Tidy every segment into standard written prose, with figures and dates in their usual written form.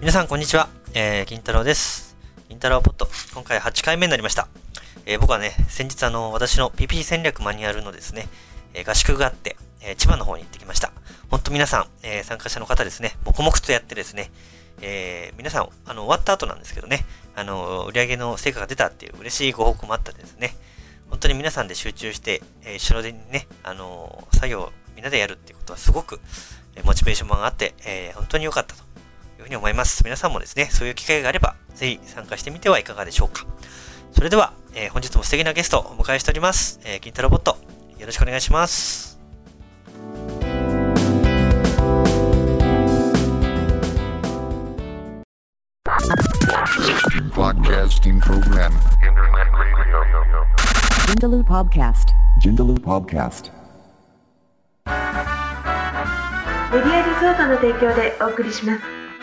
皆さんこんにちは、金太郎です。金太郎ポット、今回8回目になりました。僕はね、先日私の PP 戦略マニュアルのですね、合宿があって、千葉の方に行ってきました。本当皆さん、参加者の方ですね、黙々とやってですね、皆さん終わった後なんですけどね、売上の成果が出たっていう嬉しいご報告もあったんですね。本当に皆さんで集中して、一緒にね、作業をみんなでやるっていうことはすごく、モチベーションがあって、本当に良かったというふうに思います。皆さんもですね、そういう機会があれば、ぜひ参加してみてはいかがでしょうか。それでは、本日も素敵なゲストをお迎えしております。金太郎ボット、よろしくお願いします。 Podcasting program. Jindaloo Podcast. Jindaloo Podcast. メディアリゾートの提供でお送りします。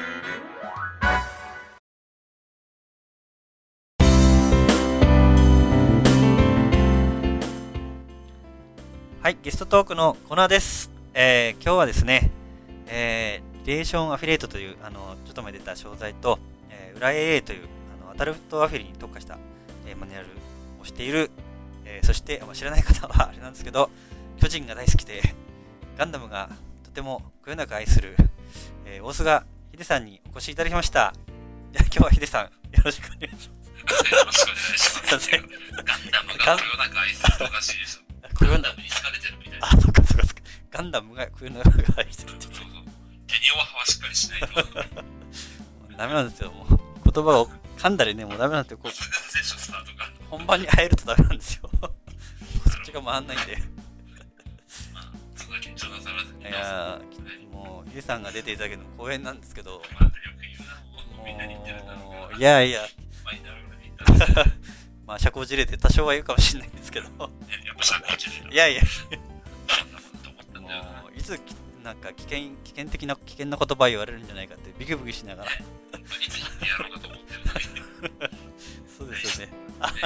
はい、ゲストトークのコーナーです。今日はですね、リレーションアフィリエイトというちょっと前出た商材と、裏 AA というアダルトアフィリに特化した、マニュアルをしている、そして知らない方はあれなんですけど、巨人が大好きでガンダムがとてもこよなく愛する、大須賀秀さんにお越しいただきました。今日は秀さんよろしくお願いします。 よろしくお願いします。ガンダムがこよなく愛するおかしいでしょ。ガンダムに好かれてるみたいな。 そっか。ガンダムがこよなく愛してるって。 そう。手にオアハはしっかりしないと。 ダメなんですよ。もう言葉を噛んだりね、もうダメなんてスタートが本番に入るとダメなんですよ。そっちが回んないんで。 まあ、そんな緊張なさらずに。 いやー、もうヒデさんが出ていただけるの光栄なんですけど。 まあ、よく言うな。もうみんなに言ってるな。 いや。 まあ、いいだろうね。 まあ、社交辞令で多少は言うかもしれないんですけど。 やっぱ社交辞令だ。 いや。 そんなこと思ったんだよな。 もういつなんか危険な言葉言われるんじゃないかってビクビクしながら。 いつ言ってやろうかと思ってるのに。 そうですよね。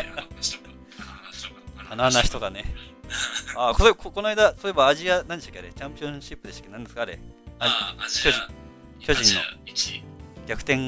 あの話とか。 この間、そういえばアジア、何でしたっけあれ、チャンピオンシップでしたっけ何ですかあれ。巨人の逆転、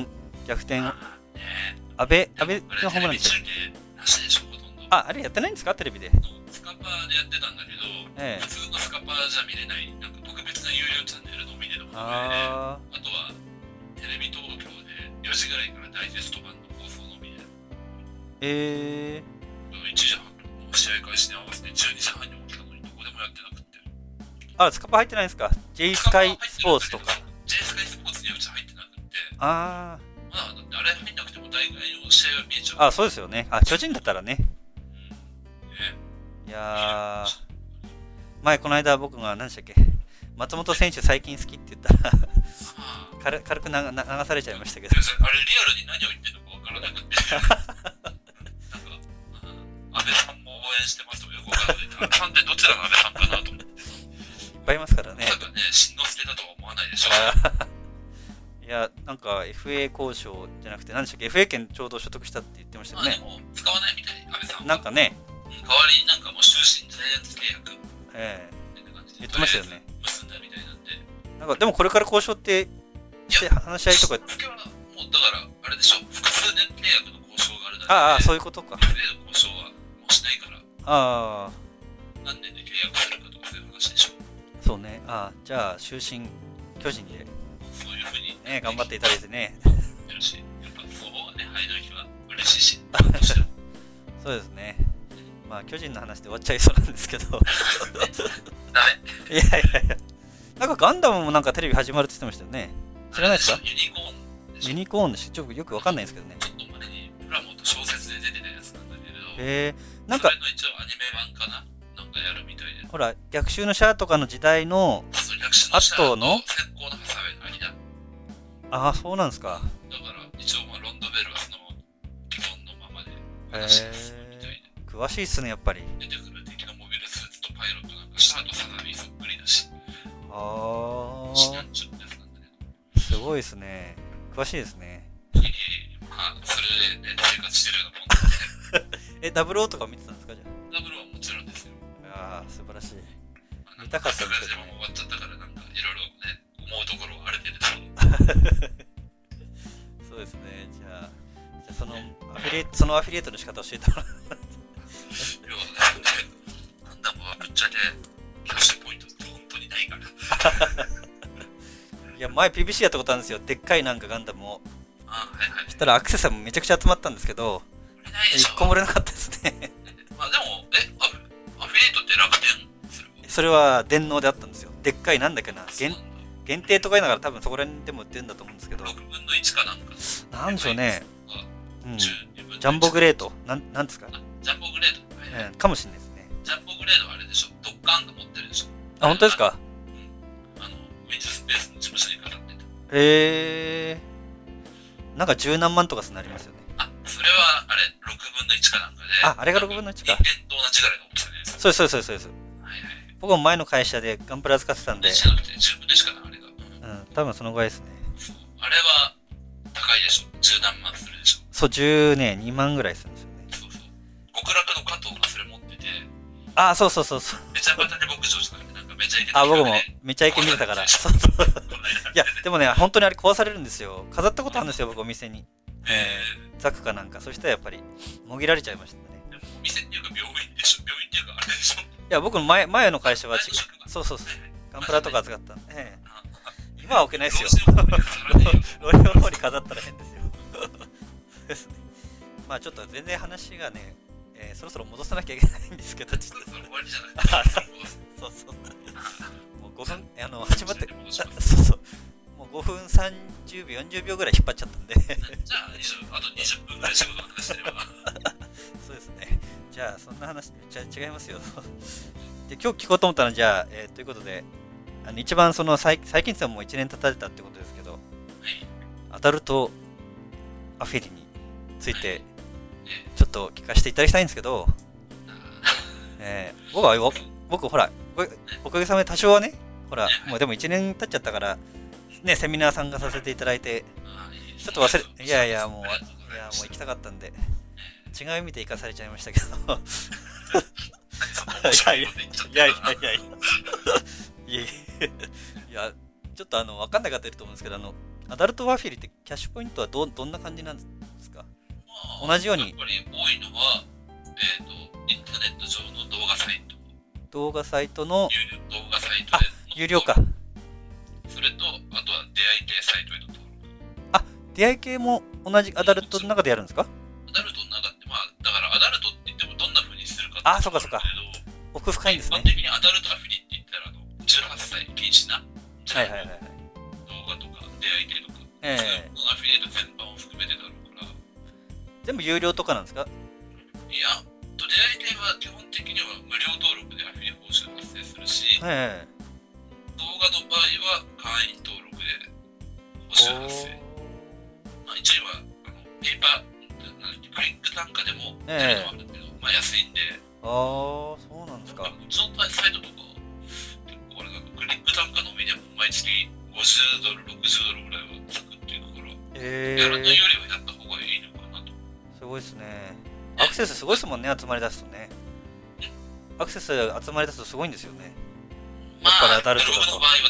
安倍のホームランでしたっけ。あれやってないんですかテレビで。 スカパーでやってたんだけど、普通のスカパーじゃ見れない、なんか特別な有料チャンネルのみでの放送で、あとはテレビ東京で4時ぐらいからダイジェスト版の放送のみで。1時半の試合開始に合わせて12時半に起きたのにどこでもやってなくって。 スカパー入ってないんですか J スカイスポーツとか。 J スカイスポーツにはうち入ってなくって。 まあ、だってあれ入んなくても大概の試合は見えちゃう。 そうですよね。巨人だったらね。いやー、前この間僕が何でしたっけ松本選手最近好きって言ったら軽く流されちゃいましたけど。 あれリアルに何を言ってるのかわからなくてなんか安倍さんも応援してますとよくわからない安倍さんってどちらの安倍さんかなと思っていっぱいいますからね。 まさかね新之助だとは思わないでしょいや、なんか FA 交渉じゃなくて何でしたっけ FA 権ちょうど所得したって言ってましたよね。 でも使わないみたい安倍さんはなんかね、 代わりになんかもう終身ジャイアンツ契約言ってましたよね。 結んだみたいなんで、 なんかでもこれから交渉ってして話し合いとか。 もうだからあれでしょ複数年契約の交渉があるだけで。 そういうことか。 FA の交渉はもうしないから。何年で契約するかとかそういう話でしょ。 そうね。じゃあ終身巨人でそういうふうにね頑張っていただいてね。 よろしい。やっぱその方がね入る日は嬉しいし。 そうですね。まあ巨人の話で終わっちゃいそうなんですけど。 ダメ。 いや。なんかガンダムもなんかテレビ始まるって言ってましたよね。知らないですか？ユニコーンでしょ。ちょっとよくわかんないんですけどね。 ちょっと前にプラモと小説で出てたやつなんだけど。 なんかそれの一応アニメ版かな。なんかやるみたいで。 ほら逆襲のシャアとかの時代の後の先行のハサウェイの間。 そうなんですか。 だから一応ロンドベルはその基本のままで話をするみたいで。 詳しいっすねやっぱり。 出てくる敵のモビルスーツとパイロットなんかシャアとサザビーそっくりだし。シナンチュってやつなんだけど。 すごいですね。詳しいですね。 まあそれで、ね、生活してるようなもんなんで。 ダブルオーとか見てたんですかじゃあ。 ダブルはもちろんですよ。 素晴らしい。見たかったんですけど、 ね。終わっちゃったからなんかいろいろね思うところはあるけれど。 そのアフィリエイトの仕方教えてもらう。 要はね、ガンダムはぶっちゃけキャッシュポイントって本当にないから。 いや、前 PBC やったことあるんですよ。でっかいなんかガンダムを。 はいはい。 そしたらアクセサリーもめちゃくちゃ集まったんですけど、1個も売れなかったですね。 まあでも、アフィリエイトって楽天する？ それは電脳であったんですよ。でっかいなんだっけな。限定とか言いながら多分そこら辺でも売ってるんだと思うんですけど。 6分の1かなんか。 なんでしょうね。うん。ジジャンボグレードなんですか？ ジャンボグレード、はいはい、 かもしれないですね。 ジャンボグレードはあれでしょ、ドッカーンが持ってるでしょ。 あ、本当ですか？ ウィンズスペースの事務所に飾ってた。なんか十何万とかになりますよね。 あ、それはあれ、6分の1かなんかで。 あ、あれが6分の1か。 人間と同じぐらいの大きさです。 そうです。はいはい。僕も前の会社でガンプラ使ってたんで。 じゃなくて10分の1かな、あれが。 多分そのぐらいですね。 あれは高いでしょ。十何万するでしょ。 そう、2万ぐらいするんですよね。 そう。極楽の加藤がそれ持ってて。 あ、そう。 めちゃバタで牧場じゃなくて、なんかめちゃイケ。 あ、僕もめちゃイケ見てたから。そう。いや、でもね、本当にあれ壊されるんですよ。飾ったことあるんですよ、僕お店に。ザクかなんか。そしたらやっぱり、もぎられちゃいましたね。 でもお店っていうか病院でしょ。病院っていうかあれでしょ。 いや、僕の前の会社は違う。そう。ガンプラとか扱った。今は置けないですよ。ロリの方に飾ったら変ですよ。ですね。まあちょっと全然話がね、そろそろ戻さなきゃいけないんですけど、ちょっと。 終わりじゃない。 そう。もう5分、始まって、そう。もう5分30秒、40秒ぐらい引っ張っちゃったんで。じゃあ、あと20分ぐらい仕事の話すれば。 そうですね。じゃあ、そんな話、違いますよ。で、今日聞こうと思ったのは、じゃあ、ということで、一番その最近ってもう1年経たれたってことですけど、アダルトアフィリについてちょっと聞かせていただきたいんですけど、僕ほらおかげさまで多少はね、ほらもうでも1年経っちゃったからね、セミナー参加させていただいてちょっといやもう行きたかったんで違う意味で生かされちゃいましたけどいやちょっと分かんなかったと思うんですけど、アダルトアフィリってキャッシュポイントはどんな感じなんですか？同じように。 やっぱり多いのは、インターネット上の動画サイト。 動画サイトの。 動画サイトで。 有料か。 それと、あとは出会い系サイトへの登録。 あ、出会い系も同じアダルトの中でやるんですか？ アダルトの中って、だからアダルトって言ってもどんな風にするかって。 あ、そうか。奥深いんですね。 一般的にアダルトアフィリって言ったら、18歳禁止な。 はい。 動画とか出会い系とか、アフィリエイト全般を含めてだろうから。 全部有料とかなんですか？ いや、出会い系は基本的には無料登録でアフィリ報酬が発生するし、動画の場合は会員登録で報酬発生。一応はペーパー、クリック単価でも出るのはあるけど、安いんで。 そうなんですか。 うちのサイトとか、結構クリック単価のみでも毎月50ドル、60ドルぐらいはつくっていうから、やらないよりはやった方がいいのかなと。 すごいですね。アクセスすごいですもんね、集まり出すとね。アクセス集まり出すとすごいんですよね。やっぱりアダルトだと。 ブログの場合は、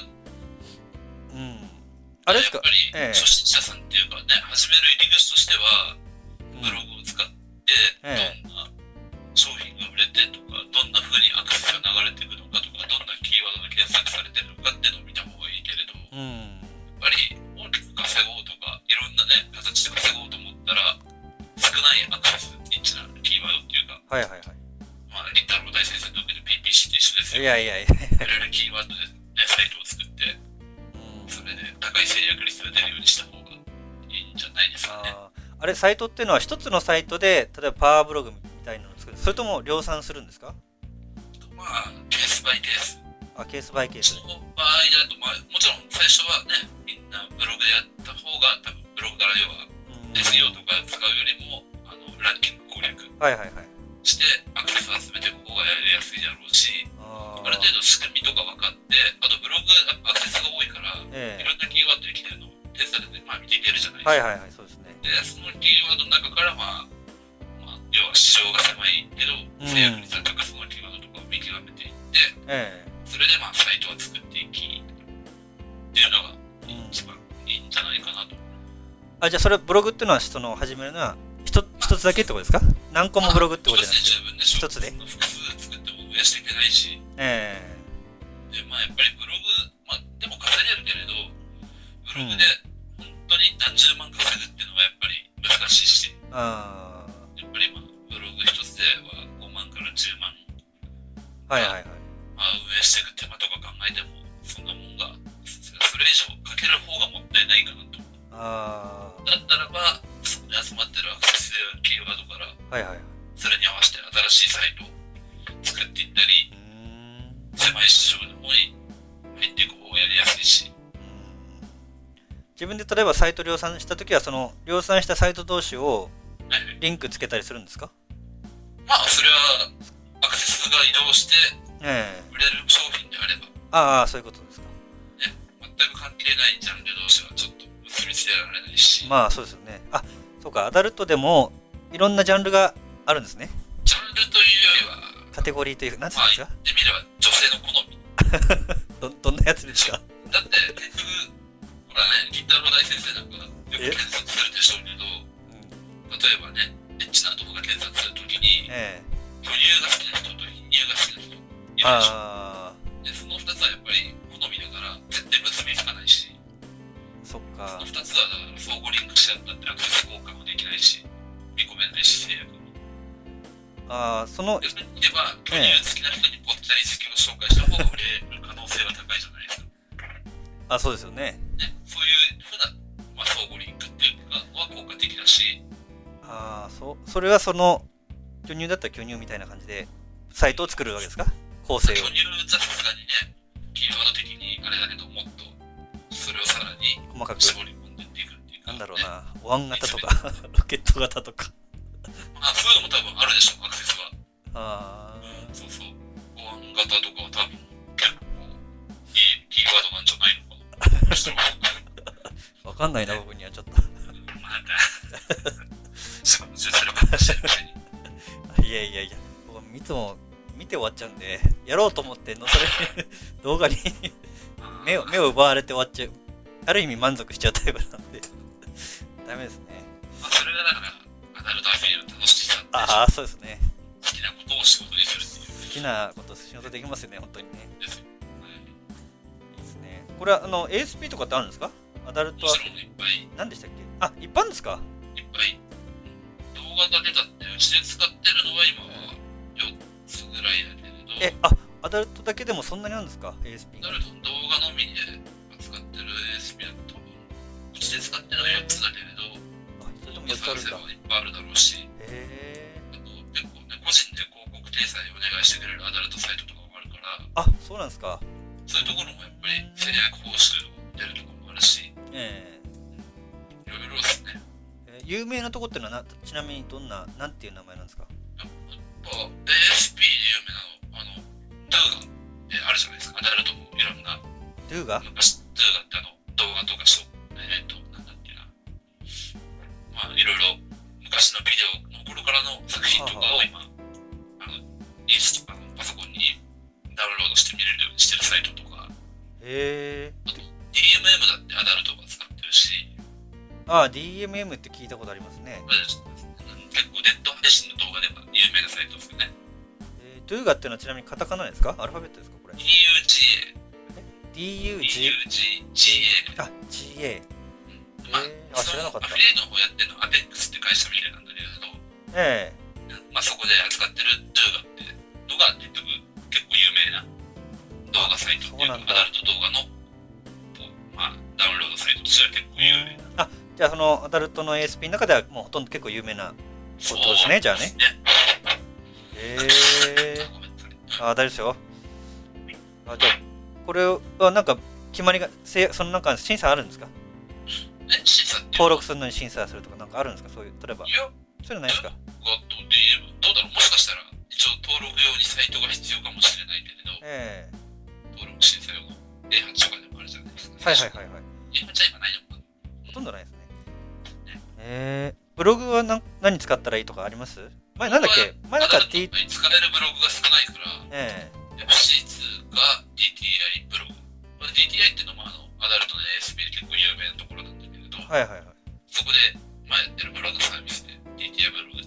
あれですか？ やっぱり初心者さんっていうかね、始める入り口としては、ブログを使って、どんな商品が売れてとか、どんな風にアクセスが流れていくのかとか、どんなキーワードが検索されてるのかっていうのを見た方がいいけれど、やっぱり大きく稼ごうとか、いろんなね、形で稼ごうと思ったら、少ないアクセス、ニッチなキーワードっていうか、リッタロー大先生と受ける PPC と一緒ですよ。いろいろキーワードで、サイトを作って、それで高い制約率が出るようにした方がいいんじゃないですかね。 あれ、サイトっていうのは一つのサイトで、例えばパワーブログみたいなのを作る。それとも量産するんですか？ ケースバイケース。 ケースバイケース。 その場合だと、もちろん最初はね、みんなブログでやった方が、多分ブログから要は、SEO とか使うよりも、ランキング攻略して、アクセス集めてここがやりやすいだろうし、ある程度仕組みとか分かって、あとブログアクセスが多いから、いろんなキーワードで来てるのをテストで見ていけるじゃないですか。 そうですね。 で、そのキーワードの中から、要は市場が狭いけど、制約率が高そうなキーワードとかを見極めていって、それでサイトを作っていきっていうのが一番いいんじゃないかなと。 じゃあそれブログっていうのは始めるのは一一つだけってことですか？何個もブログってことじゃなくて。 一つで十分でしょ。複数作っても増やしていけないし。で、まあやっぱりブログ、まあでも稼げるけれど、ブログで本当に何十万稼ぐっていうのはやっぱり難しいし。やっぱりまあブログ一つでは5万から10万。 はいはいはい。 まあ運営していく手間とか考えても、そんなもんが、それ以上かける方がもったいないかなと。だったらば、そこに集まってるアクセスキーワードから、それに合わせて新しいサイトを作っていったり、狭い市場の方に入っていく方がやりやすいし。 自分で例えばサイト量産したときは、その量産したサイト同士をリンクつけたりするんですか？ まあ、それはアクセスが移動して売れる商品であれば。 そういうことですか。 全く関係ないジャンル同士はちょっと結びつけられないし。 まあそうですよね。そうか、アダルトでもいろんなジャンルがあるんですね。 ジャンルというよりはカテゴリーという、なんていうんですか？ 言ってみれば女性の好み。 どんなやつですか？ だって結局ほらね、銀太郎大先生なんかよく検索するでしょうけど、例えばね、エッチな動画検索するときに、巨乳が好きな人と貧乳が好きな人いるでしょ。でその2つはやっぱり好みだから絶対結びつかないし。 そっか。 その2つはだから相互リンクし合ったってアクセス交換もできないし、見込めないし、制約も。 その逆に言えば、巨乳好きな人にぽっちゃり好きを紹介した方が売れる可能性が高いじゃないですか。 そうですよね。 そういうふうな、まあ、相互リンクっていうのは効果的だし。 それはその巨乳だったら巨乳みたいな感じでサイトを作るわけですか？構成を。 巨乳じゃさすがにね、キーワード的にあれだけど、もっとそれをさらに細かく絞り込んでいくっていうか、 なんだろうな、お椀型とかロケット型とかそういうのも多分あるでしょ、アクセスは。そうそう、お椀型とかは多分結構いいキーワードなんじゃないのかな。 わかんないな、僕にはちょっといや僕いつも見て終わっちゃうんで、やろうと思ってそれ動画に目を奪われて終わっちゃう。ある意味満足しちゃうタイプなんでダメですね。 それがだからアダルトアフィリエイトの楽しさ。 そうですね。 好きなことを仕事にするっていう。 好きなこと仕事できますよね、本当にね。 ですよ。 いいですね。これはASP とかってあるんですか？アダルトアフィリエイト。何でしたっけ？一般ですか？ いっぱい。動画だけだってうちで使ってるのは今は4つぐらいだけれど。 アダルトだけでもそんなにあるんですか？ ASP。 アダルト動画のみで扱ってる ASP だと多分うちで使ってるのは4つだけれど、 それでも4つあるんだ。 いっぱいあるだろうし、あと結構ね、個人で広告掲載お願いしてくれるアダルトサイトとかもあるから。 そうなんですか。 そういうところもやっぱり制約報酬を出るところもあるし、いろいろですね。 有名なとこってのはちなみにどんな、なんていう名前なんですか？ やっぱ ASP で有名なの、DOOGA ってあるじゃないですか。アダルトもいろんな。 DOOGA？ 昔 DOOGA って動画とかなんだっけな。まあいろいろ昔のビデオの頃からの作品とかを今、インスタパソコンにダウンロードして見れるようにしてるサイトとか。あと DMM だってアダルトが使ってるし。 DMM って聞いたことありますね。 結構ネット配信の動画では有名なサイトですよね。 DOOGA っていうのはちなみにカタカナですか？アルファベットですかこれ？ DUGA。 GA。知らなかった。 アフィリエイトの方やってるのは APEX って会社みたいなんだけれど、そこで扱ってる DOOGA ってのが結局結構有名な動画サイトっていうか、アダルト動画のダウンロードサイトとしては結構有名な。 じゃあそのアダルトの ASP の中ではもうほとんど結構有名なことですね、じゃあね。大丈夫ですよ。じゃあこれはなんか決まりが、そのなんか審査あるんですか？登録するのに審査するとかなんかあるんですか？そういう、例えば。そういうのないですか？ どうだろう、もしかしたら一応登録用にサイトが必要かもしれないけれど、登録審査用の A8 とかでもあるじゃないですか。 A8 は今ないのかな？ ほとんどないですね。ブログは何使ったらいいとかあります？前なんだっけ？前なんか使えるブログが少ないから、FC2 が DTI ブログ。DTI っていうのもアダルトの ASP で結構有名なところなんだけれど、そこでやってるブログサービスで DTI ブログっ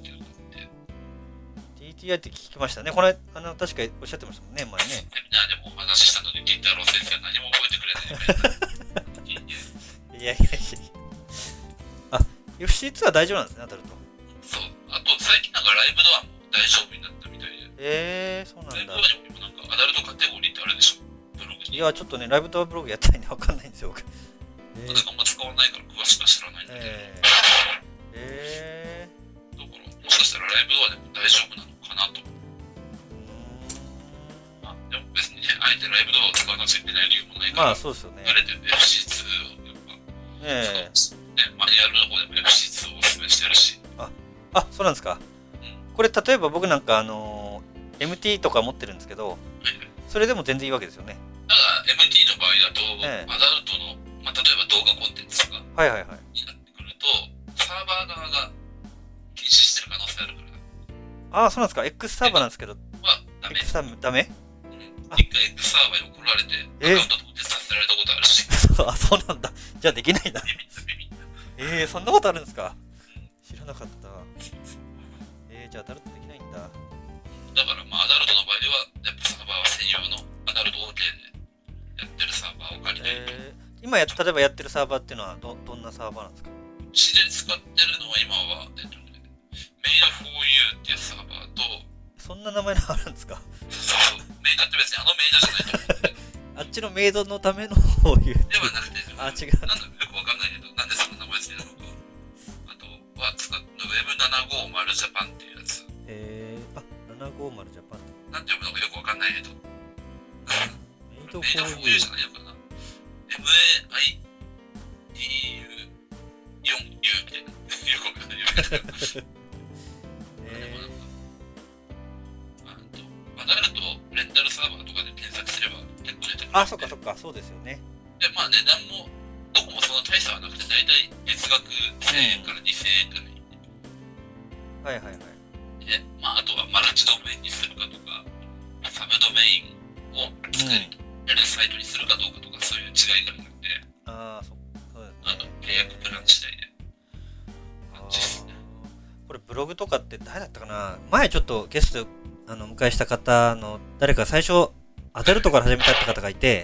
MBTI って聞きましたね。これ、確かおっしゃってましたもんね、前ね。 セミナーでもお話ししたのに、金太郎先生は何も覚えてくれないみたいな。 いやいやいや。あ、FC2 は大丈夫なんですね、アダルト。 そう。あと、最近なんかライブドアも大丈夫になったみたいで。 そうなんだ。 ライブドアにもなんかアダルトカテゴリーってあるでしょ、ブログに。 いや、ちょっとね、ライブドアブログやってないんでわかんないんですよ、僕。 私あんま使わないから詳しくは知らないんだけど。だから、もしかしたらライブドアでも大丈夫なのかなと。でも別にね、あえてライブドアを使わなきゃいけない理由もないから、 まあ、そうですよね。 慣れてる FC2 をやっぱ、マニュアルの方でも FC2 をおすすめしてるし。 あ、そうなんですか。これ、例えば僕なんか、MT とか持ってるんですけど、それでも全然いいわけですよね。 ただ、MT の場合だと、アダルトの、例えば動画コンテンツとかになってくると、サーバー側が禁止してる可能性あるから。 そうなんですか。X サーバーなんですけど。 ダメ。 X サーバーダメ？ 一回 X サーバーに怒られて、アカウント凍結させられたことあるし。 そうなんだ。じゃあできないんだ。そんなことあるんですか。知らなかった。じゃあアダルトできないんだ。 だから、アダルトの場合では、やっぱサーバーは専用のアダルト OK でやってるサーバーを借りてる。 今例えばやってるサーバーっていうのはどんなサーバーなんですか？ 市で使ってるのは今は、Made for You っていうサーバーと、 そんな名前があるんですか？ そう、メイドって別にあのメイドじゃないと思って。 あっちのメイドのためのこういう。 ではなくて、 違う。 なんだよくわかんないけど、なんでその名前つけたのか。あとは使ってる Web750 ジャパンっていうやつ。 750ジャパン。 なんて読むのかよくわかんないけど。 メイド for You じゃないのかな。MAIDU4U みたいな。よくわかんないけど。アダルトレンタルサーバーとかで検索すれば結構出てくる。 そっかそっか、そうですよね。 で、値段もどこもそんな大差はなくて、だいたい月額1000円から2000円くらい。 はい。 で、あとはマルチドメインにするかとか、サブドメインを作れるサイトにするかどうかとか、そういう違いがあるので、 そうですね。 契約プラン次第で。 これブログとかって誰だったかな。前ちょっとゲスト迎えした方の誰か最初アダルトから始めたって方がいて、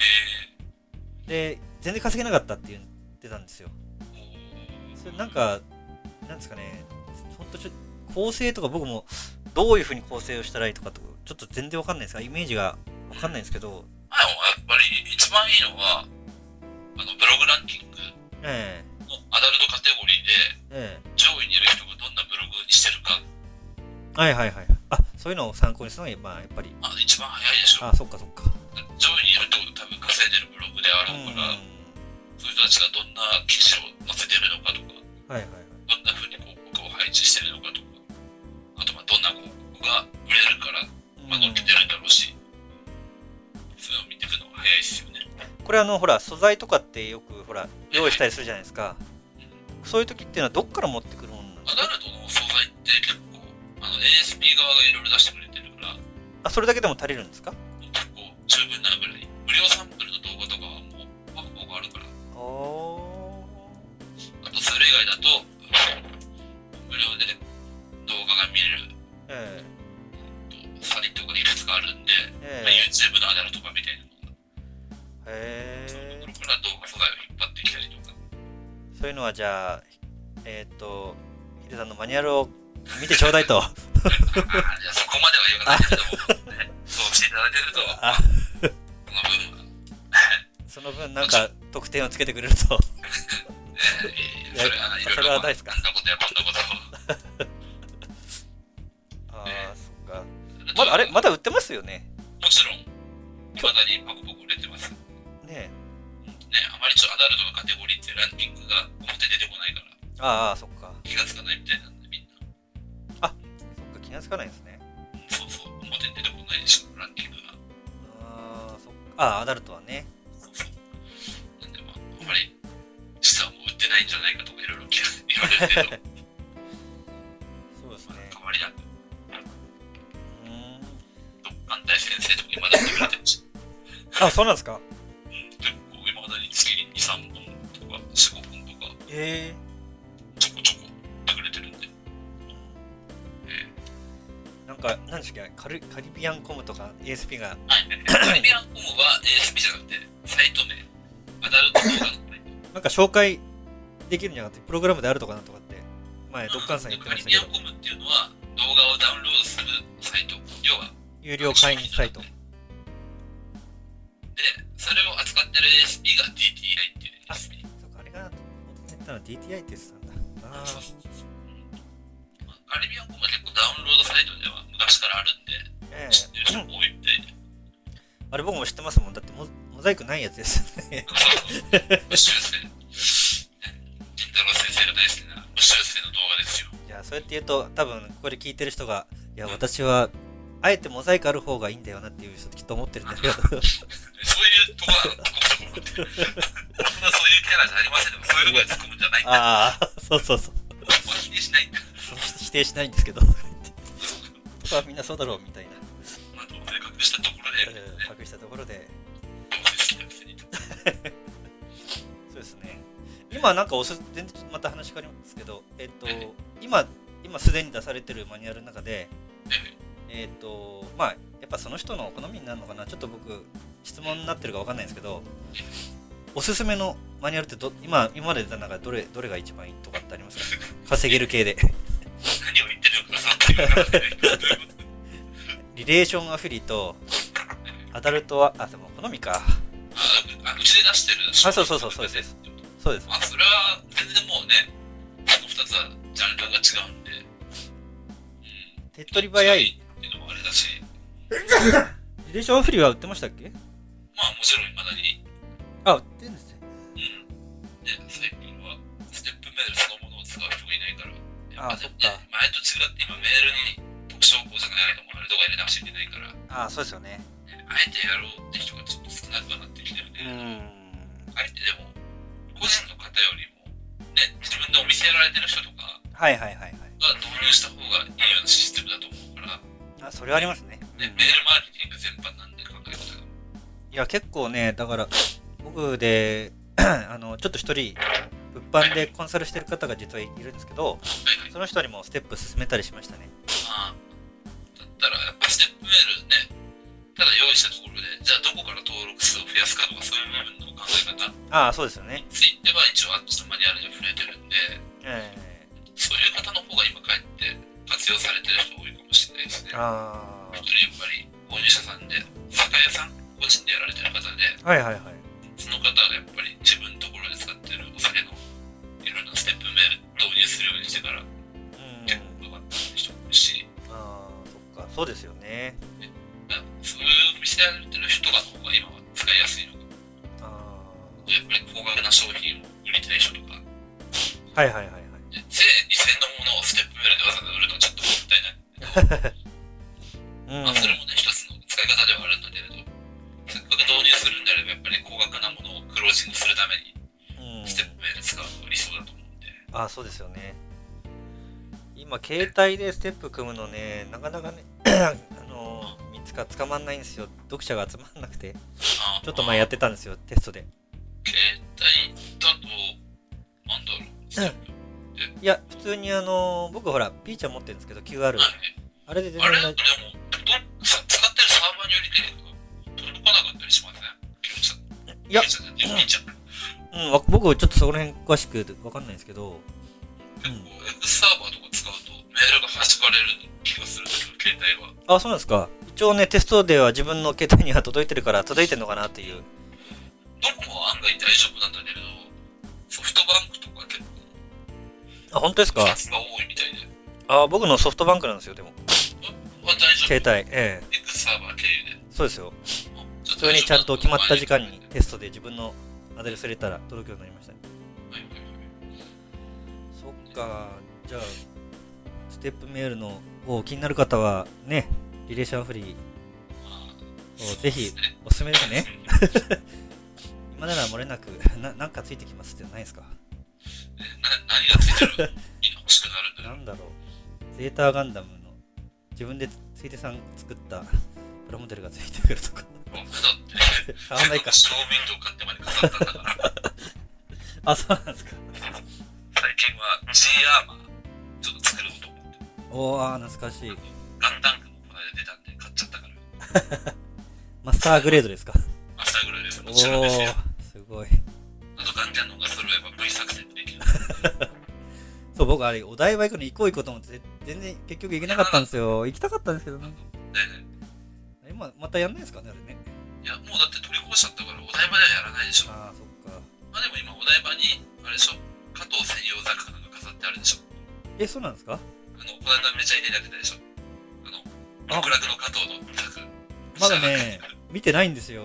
で全然稼げなかったって言ってたんですよ。それなんですかね、ほんと構成とか僕もどういう風に構成をしたらいいとかとちょっと全然わかんないですが、イメージがわかんないんですけど、 やっぱり一番いいのはブログランキングのアダルトカテゴリーで上位にいる人がどんなブログにしてるか。 そういうのを参考にするのがやっぱり一番早いでしょ。 そっか。 上位にいるってことは多分稼いでるブログであろうから、そういう人たちがどんな記事を載せてるのかとか、どんな風に広告を配置してるのかとか、あとどんな広告が売れるから載っけてるんだろうし、そういうのを見ていくのが早いですよね。 これほら素材とかってよく用意したりするじゃないですか。そういう時っていうのはどっから持ってくるものなんですか？ アダルトの素材って結構ASP 側がいろいろ出してくれてるから、 それだけでも足りるんですか？ 結構十分なぐらい。無料サンプルの動画とかはもうパフォーがあるから。あとそれ以外だと無料で動画が見れる、サイトがいくつかあるんで、YouTube のアダルトかみたいなのが、そういうところから動画素材を引っ張ってきたりとか。 そういうのはじゃあヒデさんのマニュアルを見てちょうだいと。 いや、そこまでは言わないけども、そうしていただけると、 その分なんか得点をつけてくれると。それはないですか？ こんなことやこんなことそっか。まだ売ってますよね？ もちろん、未だにパコパコ売れてます。 ね、 あまりアダルトのカテゴリーってランキングが表出てこないから。 そっか。 気がつかないみたいなんで、みんな。 そっか、気がつかないですね。 そう、表に出てこないでしょ、ランキングが。 そっか。アダルトはね。 そう。なんであんまり、実はもう売ってないんじゃないかとかいろいろ言われるけど。 そうですね。 変わりなく。ドッカン大先生とか今だって売れてるし。 そうなんですか？ 結構未だに月に2、3本とか4、5本とかちょこちょこ売ってくれてるんで。 なんか、なんでしたっけ、カリビアンコムとか ASP が。 カリビアンコムは ASP じゃなくて、サイト名。アダルト動画のサイト。 なんか紹介できるんじゃなくて、プログラムであるとかなんとかって、前、ドッカンさん言ってましたけど。 カリビアンコムっていうのは、動画をダウンロードするサイト。要は、 有料会員サイト。 で、それを扱ってる ASP が DTI っていう ASP。 そうか、あれが、元々言ったの DTI って言ってたんだ。 そうそうそう。カリビアンコムは結構ダウンロードサイトでは昔からあるんで、知ってる人も多いみたいで。 あれ僕も知ってますもん。だってモザイクないやつですよね。 無修正。金太郎先生が大好きな無修正の動画ですよ。 いや、そうやって言うと、多分ここで聞いてる人が、いや、私は、あえてモザイクある方がいいんだよなっていう人きっと思ってるんだけど。 そういうところは突っ込むところって、そんなそういうキャラじゃありませんでも、そういうところで突っ込むんじゃないんだ。 ああ、そうそうそう。 否定しないんだ。 否定しないんですけど。そこはみんなそうだろうみたいな。 まあ、どうせ隠したところで、 隠したところで。 どうせ好きなくせに。 そうですね。今なんか全然また話変わりますけど、今すでに出されてるマニュアルの中で、まあやっぱその人の好みになるのかな。ちょっと僕質問になってるかわかんないんですけど、おすすめのマニュアルって今まで出た中でどれが一番いいとかってありますか？稼げる系で。 何を言ってるのかさっき分からないけど、どういうこと？ リレーションアフィリとアダルトはでも好みか。 うちで出してる。 そうです。そうです。 それは全然もうね、その2つはジャンルが違うんで、 手っ取り早いっていうのもあれだし、 リレーションアフィリは売ってましたっけ？ まあもちろん未だに、 売ってるんですね。 で、最近はステップメールそのものを使う人がいないから、 そっか。 前と違って今メールに特徴項じゃないのもあれとか入れなくちゃいけないから、 そうですよね。 あえてやろうって人がちょっと少なくはなってきてるんで、あえてでも、個人の方よりも、ね、自分でお店やられてる人とかが導入した方がいいようなシステムだと思うから、 それはありますね。 メールマーケティング全般なんで考え方が。 いや、結構ね、だから僕でちょっと一人物販でコンサルしてる方が実はいるんですけど、その人にもステップ進めたりしましたね。 だったらやっぱステップメールね、ただ用意したところで、じゃあどこから登録数を増やすかとかそういう部分の考え方、 そうですよね。 ついては一応あっちのマニュアルで触れてるんで、そういう方の方が今かえって活用されてる人多いかもしれないですね。一人やっぱり購入者さんで、酒屋さん、個人でやられてる方で、その方がやっぱり自分のところで使ってるお酒のいろんなステップメール導入するようにしてから結構上がった人もいるし、 そっか、そうですよね。 そういう店やってる人がの方が今は使いやすいのか。やっぱり高額な商品を売りたい人とか、1000円、2000円のものをステップメールでわざわざ売るのはちょっともったいない。それもね、一つの使い方ではあるんだけれど、せっかく導入するんであれば、やっぱり高額なものをクロージングするために、ステップメール使うのが理想だと思うんで。 そうですよね。今、携帯でステップ組むのね、なかなかね、見つか捕まんないんですよ。読者が集まんなくて。ちょっと前やってたんですよ、テストで。 携帯だと、なんだろう、ステップいや、普通に僕ほら、ピーちゃん持ってるんですけど、QR。あれで全然でも、使ってるサーバーによりけり届かなかったりしません？ いや、僕ちょっとそこら辺詳しくわかんないんですけど、 結構 X サーバーとか使うとメールが弾かれる気がするんだけど、携帯は。 そうなんですか。一応ね、テストでは自分の携帯には届いてるから届いてるのかなっていう。 どこも案外大丈夫なんだけれど、ソフトバンクとか結構本当ですか？ が多いみたいで。 僕のソフトバンクなんですよ、でも。 大丈夫。 携帯、 X サーバー経由で。 そうですよ。普通にちゃんと決まった時間にテストで自分のアドレス入れたら届くようになりましたね。そっか、じゃあ、ステップメールの気になる方はね、リレーションアフリをぜひおすすめですね。今なら漏れなくなんかついてきますってないですか？ 何がついてる？欲しくなるんだよ。 なんだろう、ゼータガンダムの自分でついてさん作ったプラモデルがついてくるとか。 だって買わないか。 ショーウィンドウ買ってまで飾ったんだから。 そうなんですか。 最近は G アーマーちょっと作ろうと思って。 懐かしい。 ガンダンクもマスターグレードですか？ マスターグレードです。もちろんですよ。 すごい。 あとガンジャンのが揃えば V 作戦できる。 そう、僕あれ、お台場行くの行こうと思って、全然結局行けなかったんですよ。行きたかったんですけどね。今、またやんないですかね、あれね。 いや、もうだって取り壊しちゃったから、お台場ではやらないでしょ。 ああ、そっか。 まあでも今、お台場に、あれでしょ、加藤専用魚が飾ってあるでしょ。 そうなんですか？ この間めちゃ入れられてたでしょ。極楽の加藤の作。 まだね、見てないんですよ。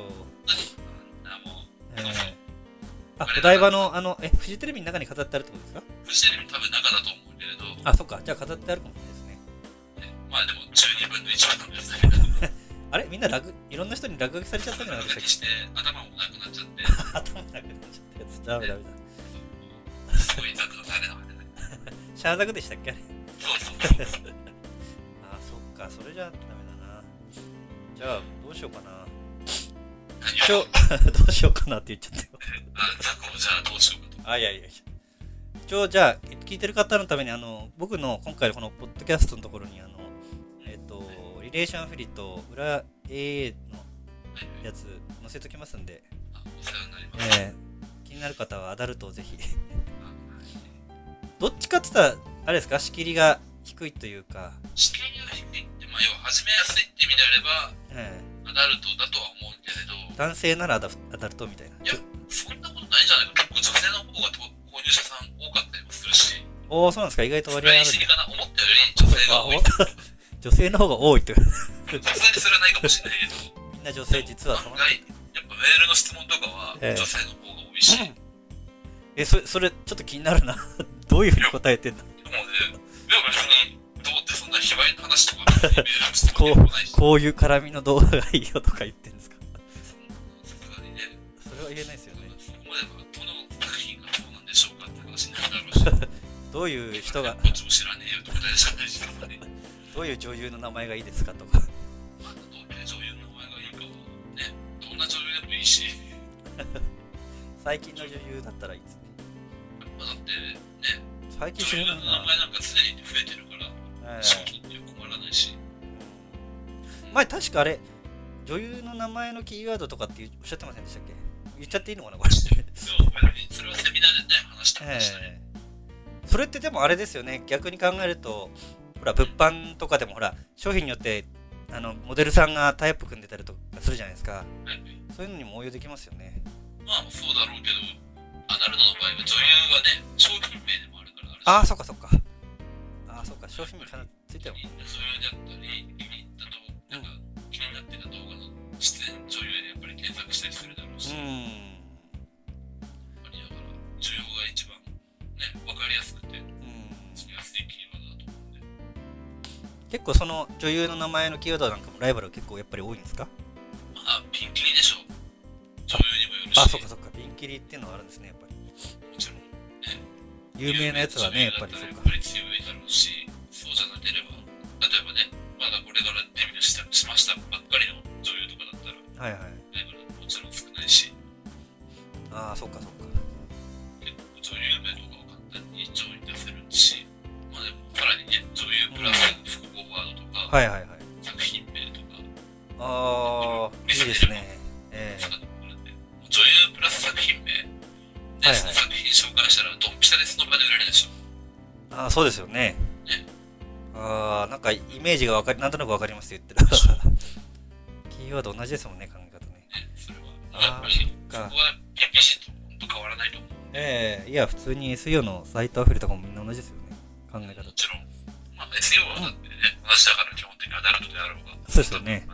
お台場の、フジテレビの中に飾ってあるってことですか？ フジテレビ多分中だと思うけれど。 あ、そっか。じゃあ飾ってあるかもしれないですね。 まあでも、12分の1番のやつだけど。あれみんないろんな人に落書きされちゃったんじゃないですか？ 落書きして、頭もなくなっちゃって。 頭もなくなっちゃったやつ。ダメだ。 すごいザクの誰だシャーザクでしたっけあれ？ そうあ、そっか。それじゃダメだな。じゃあ、どうしようかな。どうしようかなって言っちゃったよ。 ザクをじゃあどうしようかと。 いや。じゃあ、聞いてる方のために、僕の今回のこのポッドキャストのところに、リレーションフリと裏 AA のやつ載せときますんで、 お世話になります。 気になる方はアダルトをぜひ。どっちかって言ったら、あれですか、仕切りが低いというか。 仕切りが低いって、まあ、要は始めやすいって意味であれば、アダルトだとは思うけれど。 男性ならアダルトみたいな。 いや、そんなことないんじゃないか。結構女性の方が購入者さん多かったりもするし。 そうなんですか、意外と割合ある。 言い過ぎかな、思ったより女性が多い。 女性の方が多いって。 さすがにそれはないかもしれないけど。 みんな女性実は案外、やっぱメールの質問とかは女性の方が多いし。 それちょっと気になるな。どういうふうに答えてんだ。 でもね、別にどうってそんな卑猥な話とかメールの質問もないし。 こういう絡みの動画がいいよとか言ってるんですか。 さすがにね。 それは言えないですよね。 そこまではどの作品がどうなんでしょうかって話になるだろうし。 どういう人が。 こっちも知らねえよって答えじゃないし。 どういう女優の名前がいいですかとか。 どういう女優の名前がいいかはね、どんな女優でもいいし。 最近の女優だったらいいですね。 だってね、 最近女優の名前なんか常に増えてるから、商品って困らないし。 前確かあれ、女優の名前のキーワードとかっておっしゃってませんでしたっけ？言っちゃっていいのかなこれ。それはセミナーでね、話した話だね。 それってでもあれですよね、逆に考えると、ほら物販とかでもほら商品によってモデルさんがタイアップ組んでたりとかするじゃないですか、そういうのにも応用できますよね。 まあそうだろうけど、アダルトの場合は女優はね、商品名でもあるからあ、そっかそっか。商品名かなついても女優であったり気に入ったなんか気になってた動画の出演女優でやっぱり検索したりするだろうし、やっぱりだから需要が一番ね、分かりやすくてつきやすいキーワードだと思うんで。 結構その女優の名前のキーワードなんかもライバル結構やっぱり多いんですか？ まあピンキリでしょ、女優にもよるし。 そっかそっか、ピンキリっていうのはあるんですね、やっぱり。 もちろんね、 有名なやつはね、やっぱりそうか。 やっぱり強いだろうし、そうじゃなければ、例えばね、まだこれからデビューしましたばっかりの女優とかだったら、ライバルもちろん少ないし。 そっかそっか。 結構女優名とかを簡単に上位に出せるし、まあでもさらにね、女優プラス複合ワードとか、作品名とか、 いいですね。 女優プラス作品名で、その作品紹介したらドンピシャでその場で売れるでしょ。 そうですよね。なんかイメージがなんとなく分かりますって言ってる。キーワード同じですもんね、考え方ね。 それはやっぱりそこは PPC と本当変わらないと思う。 いや普通に SEO のサイトアフリとかもみんな同じですよね、考え方。 もちろん、まあ SEO はだってね、同じだから基本的にアダルトであろうが、 そうですよね。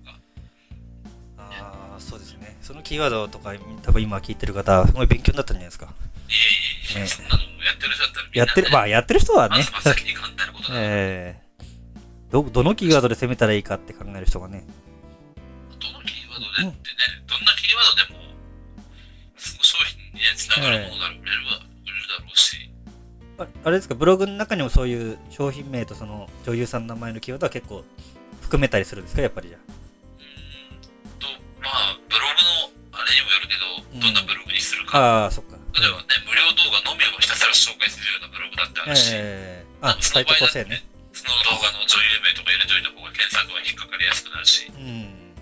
そうですね。そのキーワードとか多分今聞いてる方すごい勉強になったんじゃないですか。 いやそんなのやってる人だったらみんなね、 やってる人はね、 まず先に簡単なことだ。 どのキーワードで攻めたらいいかって考える人がね。 どのキーワードでってね、どんなキーワードでもその商品につながるものが売れるだろうし。 あれですか、ブログの中にもそういう商品名とその女優さんの名前のキーワードは結構含めたりするんですか、やっぱりじゃあ。 まあブログのあれにもよるけど、どんなブログにするか。 そっか。 例えばね、無料動画のみをひたすら紹介するようなブログだってあるし、 サイト構成ね。 その動画の女優名とか入れといた方が検索は引っかかりやすくなるし、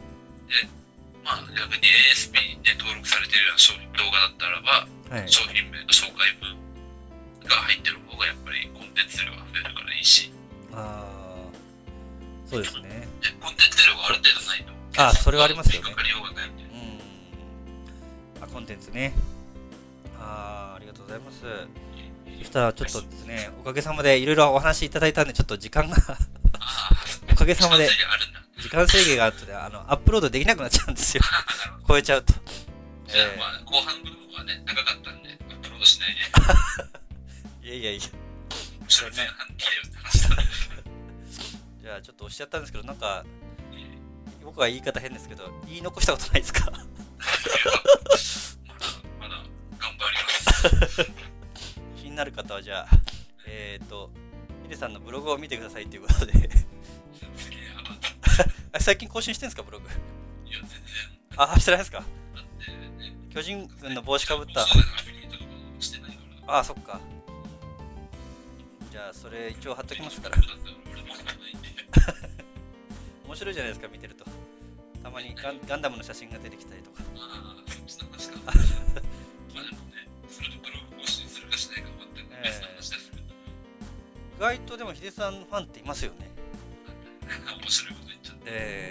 まあ逆に ASP で登録されているような動画だったらば、はい、商品名の紹介文が入ってる方がやっぱりコンテンツ量が増えるからいいし。 そうですね。 コンテンツ量がある程度ないと。 それはありますよね。 かかりようがないみたいな。 コンテンツね。ありがとうございます。そしたらちょっとですね、おかげさまでいろいろお話いただいたんで、ちょっと時間がおかげさまで時間制限があって、アップロードできなくなっちゃうんですよ。超えちゃうと。 まあ後半部分はね、長かったんで、アップロードしないで。 いや。 後ろ前半切れよって話だね。 じゃあちょっと押しちゃったんですけど、なんか、僕は言い方変ですけど、言い残したことないですか？ まだ頑張ります。 気になる方はじゃあ、ヒデさんのブログを見てくださいということで。最近更新してんですか、ブログ？ いや、全然。 してないですか？巨人軍の帽子かぶった。そっか。じゃあ、それ一応貼っときますから。面白いじゃないですか、見てると。たまにガンダムの写真が出てきたりとか。 そっちの話か。まあでもね、それとブログ更新するかしないか全く別の話ですけど。 意外とでもヒデさんファンっていますよね。 面白いこと言っちゃって。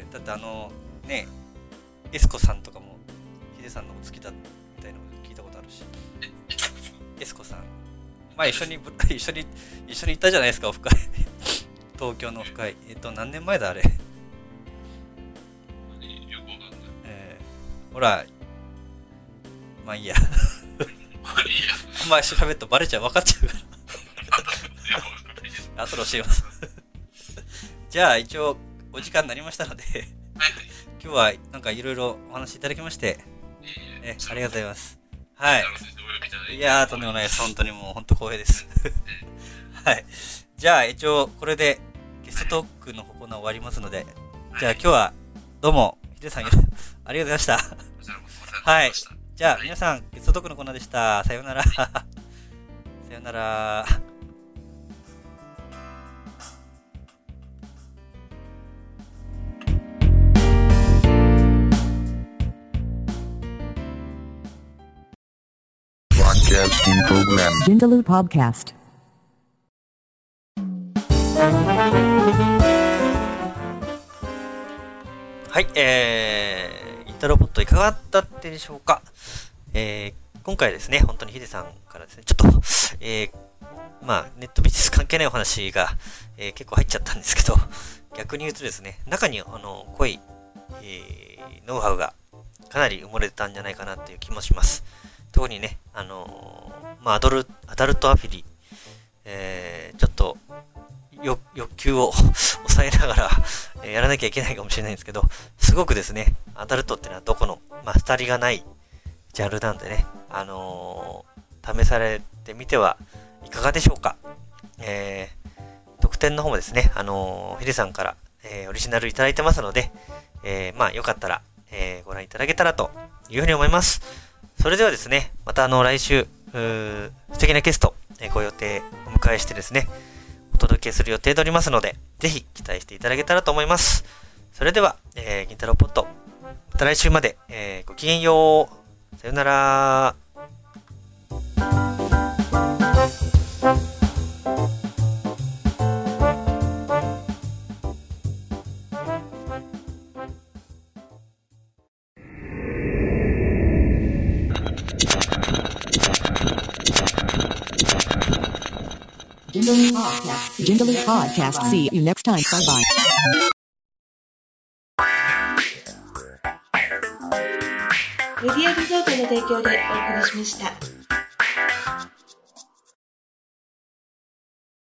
だってね、エスコさんとかもヒデさんのこと好きだみたいなの聞いたことあるし。エスコさん。まあ一緒に行ったじゃないですか、オフ会。東京のオフ会。何年前だあれ。ほら、まあいいや。あんまり調べるとバレちゃう、分かっちゃうから。後で教えます。じゃあ一応お時間になりましたので、今日はなんかいろいろお話いただきまして、ありがとうございます。はい。いやー、とんでもないです。本当にもう本当光栄です。はい。じゃあ一応これでゲストトークのコーナー終わりますので、じゃあ今日はどうもヒデさんありがとうございました。はい。じゃあ皆さんゲストトークのコーナーでした。さようなら。さようなら。 Broadcasting Program Jindalu Podcast。 はい、インタロボットいかがだったでしょうか。今回ですね、本当にヒデさんからですね、ちょっと、まあ、ネットビジネス関係ないお話が、結構入っちゃったんですけど、逆に言うとですね、中に濃い、ノウハウがかなり埋もれてたんじゃないかなっていう気もします。特にね、まあ、アダルトアフィリ、ちょっと欲求を抑えながらやらなきゃいけないかもしれないんですけど、すごくですね、アダルトっていうのはどこの、まあ、当たりがないジャンルなんでね、試されてみてはいかがでしょうか。特典の方もですね、ヒデさんから、オリジナルいただいてますので、まあ、よかったら、ご覧いただけたらというふうに思います。それではですね、また来週、素敵なゲスト、ご予定お迎えしてですね、お届けする予定でおりますので、ぜひ期待していただけたらと思います。それでは、銀太郎ポット、また来週まで、ごきげんよう。さよなら。 Jindalu Podcast. See you next time. Bye bye. メディアリゾートの提供でお送りしました。